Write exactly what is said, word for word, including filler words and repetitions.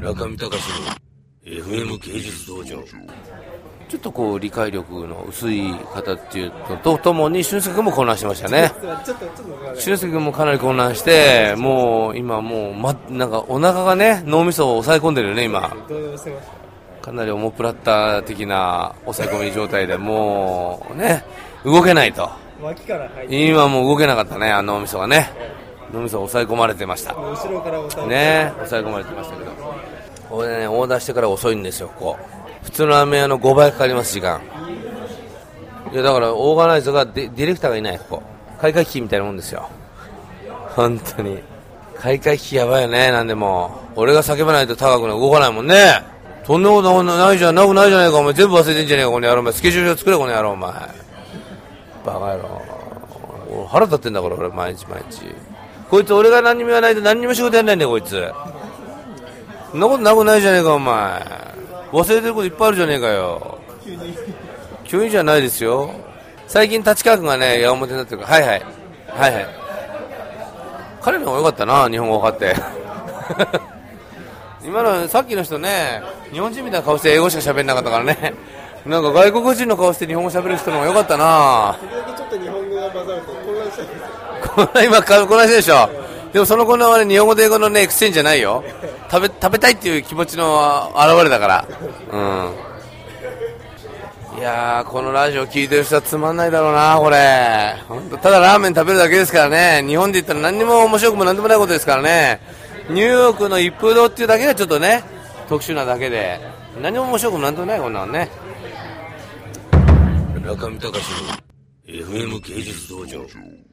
中見隆の エフエム 芸術道場。ちょっとこう理解力の薄い方っていうのとともに俊介君も混乱してましたね。俊介君もかなり混乱して、もう今もう、ま、なんかお腹がね、脳みそを抑え込んでるよね今。かなりオモプラッタ的な抑え込み状態でもうね動けないと。今もう動けなかったね、あの脳みそがね。脳みそを抑え込まれてましたね。抑え込まれてましたけど、これねオーダーしてから遅いんですよ。ここ普通のラーメン屋のごばいかかります、時間。いやだからオーガナイザーがディレクターがいない。ここ開会機みたいなもんですよ、本当に。開会機やばいよね。なんでも俺が叫ばないと高く動かないもんね。そんなことないじゃん、なくないじゃないかお前。全部忘れてんじゃねえかこの野郎。お前スケジュール作れこの野郎お前。バカ野郎、腹立ってんだから俺毎日毎日。こいつ俺が何にも言わないと何にも仕事やんないんだよこいつ。そんなことなくないじゃねえかお前。忘れてることいっぱいあるじゃねえかよ。急に急にじゃないですよ。最近立川君がね矢面になってるから。はいはいはいはい。彼の方が良かったな、日本語分かって今のさっきの人ね、日本人みたいな顔して英語しか喋んなかったからね。なんか外国人の顔して日本語喋る人の方が良かったな。 時々ちょっと日本語が混ざると混乱しちゃうんですよ。 こんな今混乱してるでしょ。でもその混乱はね日本語と英語のね癖じゃないよ。食べ食べたいっていう気持ちの表れだから。うん。いやーこのラジオ聞いてる人はつまんないだろうなこれ。本当ただラーメン食べるだけですからね。日本で言ったら何にも面白くも何でもないことですからね。ニューヨークの一風堂っていうだけがちょっとね特殊なだけで、何も面白くも何でもないこんなのね。中見隆の エフエム 芸術道場。